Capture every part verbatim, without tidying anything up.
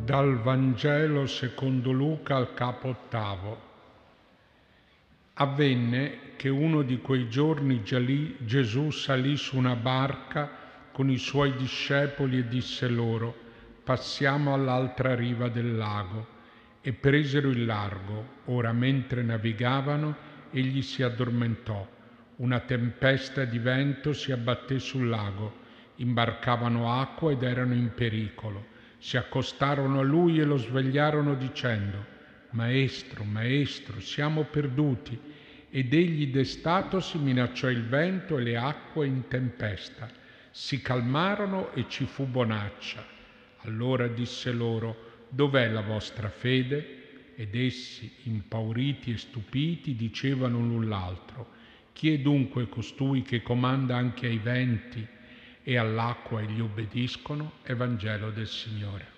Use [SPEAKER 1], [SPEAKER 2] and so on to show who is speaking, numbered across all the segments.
[SPEAKER 1] Dal Vangelo secondo Luca al capo ottavo. Avvenne che uno di quei giorni Gesù salì su una barca con i suoi discepoli e disse loro: passiamo all'altra riva del lago. E presero il largo. Ora, mentre navigavano, egli si addormentò. Una tempesta di vento si abbatté sul lago. Imbarcavano acqua ed erano in pericolo. Si accostarono a lui e lo svegliarono dicendo: Maestro, Maestro, siamo perduti. Ed egli, destatosi, minacciò il vento e le acque in tempesta. Si calmarono e ci fu bonaccia. Allora disse loro: dov'è la vostra fede? Ed essi, impauriti e stupiti, dicevano l'un l'altro: chi è dunque costui che comanda anche ai venti e all'acqua e gli obbediscono? Evangelo del Signore.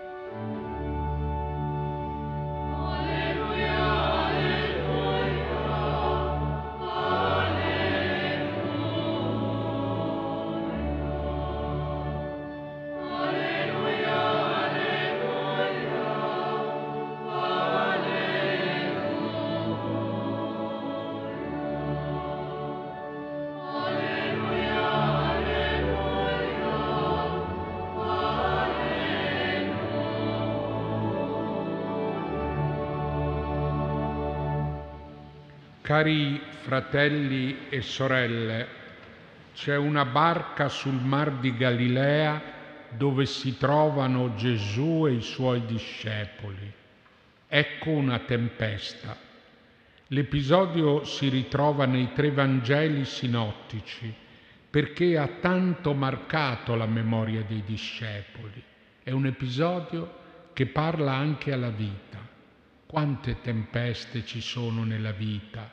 [SPEAKER 1] Cari fratelli e sorelle, c'è una barca sul mar di Galilea dove si trovano Gesù e i suoi discepoli. Ecco una tempesta. L'episodio si ritrova nei tre Vangeli sinottici perché ha tanto marcato la memoria dei discepoli. È un episodio che parla anche alla vita. Quante tempeste ci sono nella vita?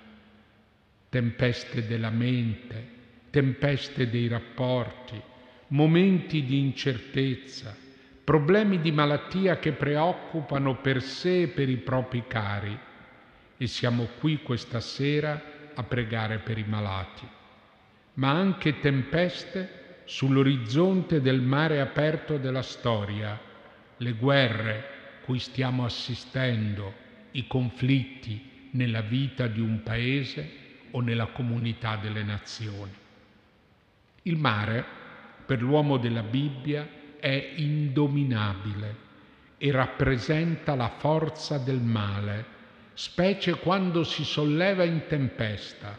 [SPEAKER 1] Tempeste della mente, tempeste dei rapporti, momenti di incertezza, problemi di malattia che preoccupano per sé e per i propri cari. E siamo qui questa sera a pregare per i malati. Ma anche tempeste sull'orizzonte del mare aperto della storia, le guerre cui stiamo assistendo, i conflitti nella vita di un paese o nella comunità delle nazioni. Il mare, per l'uomo della Bibbia, è indominabile e rappresenta la forza del male, specie quando si solleva in tempesta.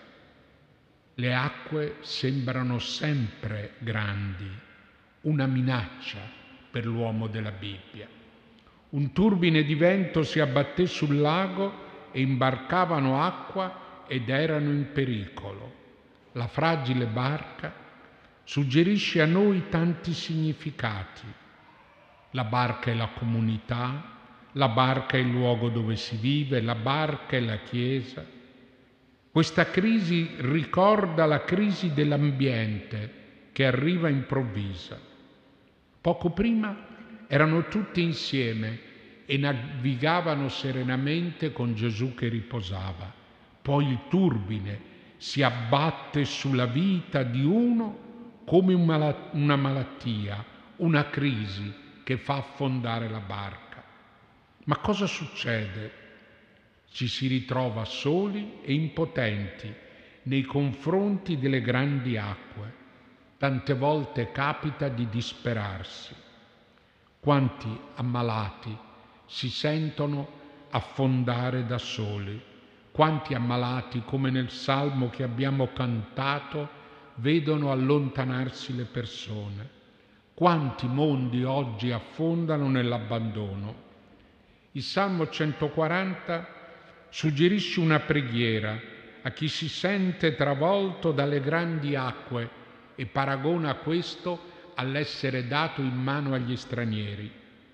[SPEAKER 1] Le acque sembrano sempre grandi, una minaccia per l'uomo della Bibbia. Un turbine di vento si abbatté sul lago e imbarcavano acqua ed erano in pericolo. La fragile barca suggerisce a noi tanti significati. La barca è la comunità, la barca è il luogo dove si vive, la barca è la Chiesa. Questa crisi ricorda la crisi dell'ambiente che arriva improvvisa. Poco prima erano tutti insieme e navigavano serenamente con Gesù che riposava. Poi il turbine si abbatte sulla vita di uno come una malattia, una crisi che fa affondare la barca. Ma cosa succede? Ci si ritrova soli e impotenti nei confronti delle grandi acque. Tante volte capita di disperarsi. Quanti ammalati si sentono affondare da soli? Quanti ammalati, come nel salmo che abbiamo cantato, vedono allontanarsi le persone? Quanti mondi oggi affondano nell'abbandono? Il Salmo centoquaranta suggerisce una preghiera a chi si sente travolto dalle grandi acque e paragona questo all'essere dato in mano agli stranieri.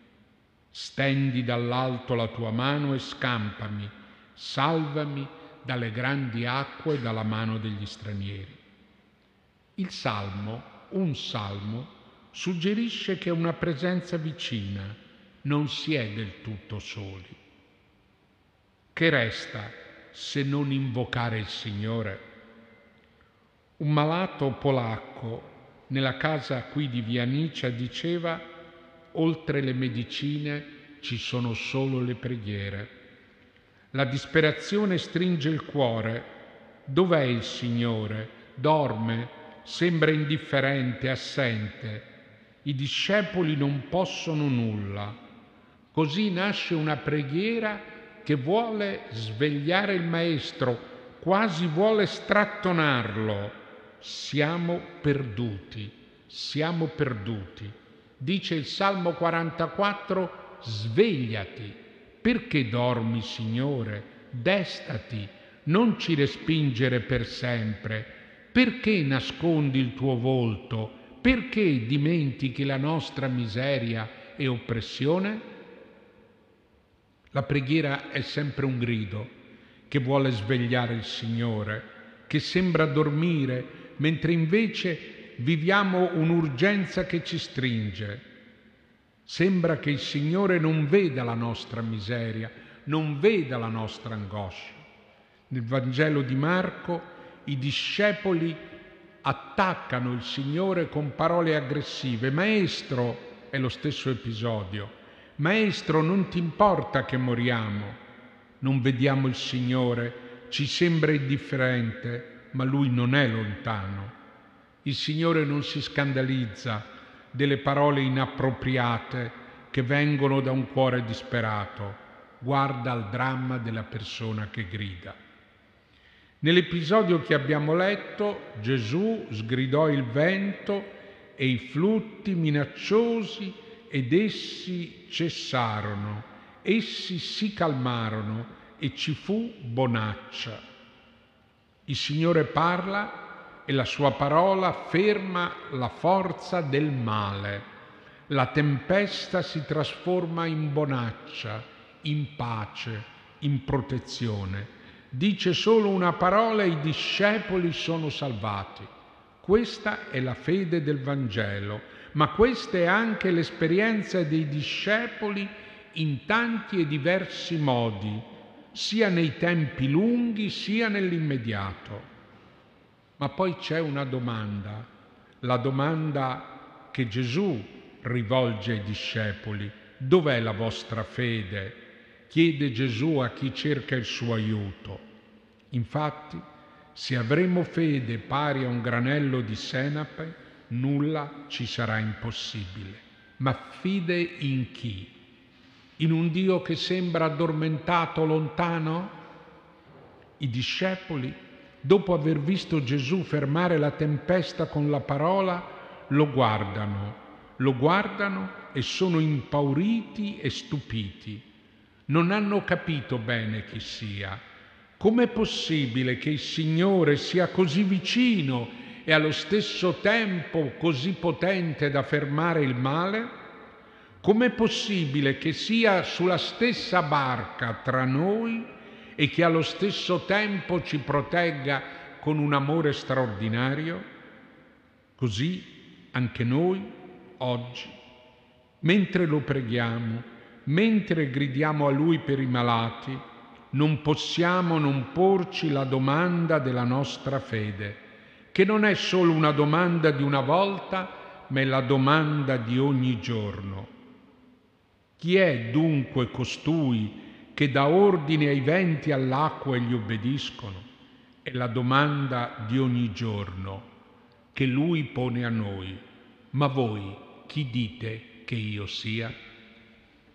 [SPEAKER 1] Stendi dall'alto la tua mano e scampami, salvami dalle grandi acque e dalla mano degli stranieri. Il Salmo, un Salmo, suggerisce che una presenza vicina, non si è del tutto soli. Che resta se non invocare il Signore? Un malato polacco nella casa qui di Via Niccia diceva: oltre le medicine ci sono solo le preghiere. La disperazione stringe il cuore. Dov'è il Signore? Dorme? Sembra indifferente, assente. I discepoli non possono nulla. Così nasce una preghiera che vuole svegliare il Maestro, quasi vuole strattonarlo. Siamo perduti, siamo perduti. Dice il Salmo quarantaquattro, svegliati. Perché dormi, Signore? Destati, non ci respingere per sempre. Perché nascondi il tuo volto? Perché dimentichi la nostra miseria e oppressione? La preghiera è sempre un grido che vuole svegliare il Signore, che sembra dormire, mentre invece viviamo un'urgenza che ci stringe. Sembra che il Signore non veda la nostra miseria, non veda la nostra angoscia. Nel Vangelo di Marco i discepoli attaccano il Signore con parole aggressive. Maestro, è lo stesso episodio, Maestro, non ti importa che moriamo? Non vediamo il Signore, ci sembra indifferente, ma Lui non è lontano. Il Signore non si scandalizza delle parole inappropriate che vengono da un cuore disperato. Guarda al dramma della persona che grida. Nell'episodio che abbiamo letto, Gesù sgridò il vento e i flutti minacciosi ed essi cessarono, essi si calmarono e ci fu bonaccia. Il Signore parla e la sua parola ferma la forza del male. La tempesta si trasforma in bonaccia, in pace, in protezione. Dice solo una parola e i discepoli sono salvati. Questa è la fede del Vangelo, ma questa è anche l'esperienza dei discepoli in tanti e diversi modi, sia nei tempi lunghi sia nell'immediato. Ma poi c'è una domanda, la domanda che Gesù rivolge ai discepoli. Dov'è la vostra fede? Chiede Gesù a chi cerca il suo aiuto. Infatti, se avremo fede pari a un granello di senape, nulla ci sarà impossibile. Ma fede in chi? In un Dio che sembra addormentato lontano? I discepoli, dopo aver visto Gesù fermare la tempesta con la parola, lo guardano, lo guardano e sono impauriti e stupiti. Non hanno capito bene chi sia. Com'è possibile che il Signore sia così vicino e allo stesso tempo così potente da fermare il male? Com'è possibile che sia sulla stessa barca tra noi e che allo stesso tempo ci protegga con un amore straordinario? Così anche noi oggi, mentre lo preghiamo, mentre gridiamo a Lui per i malati, non possiamo non porci la domanda della nostra fede, che non è solo una domanda di una volta, ma è la domanda di ogni giorno. Chi è dunque costui che dà ordine ai venti e all'acqua e gli obbediscono? È la domanda di ogni giorno che Lui pone a noi. Ma voi chi dite che io sia?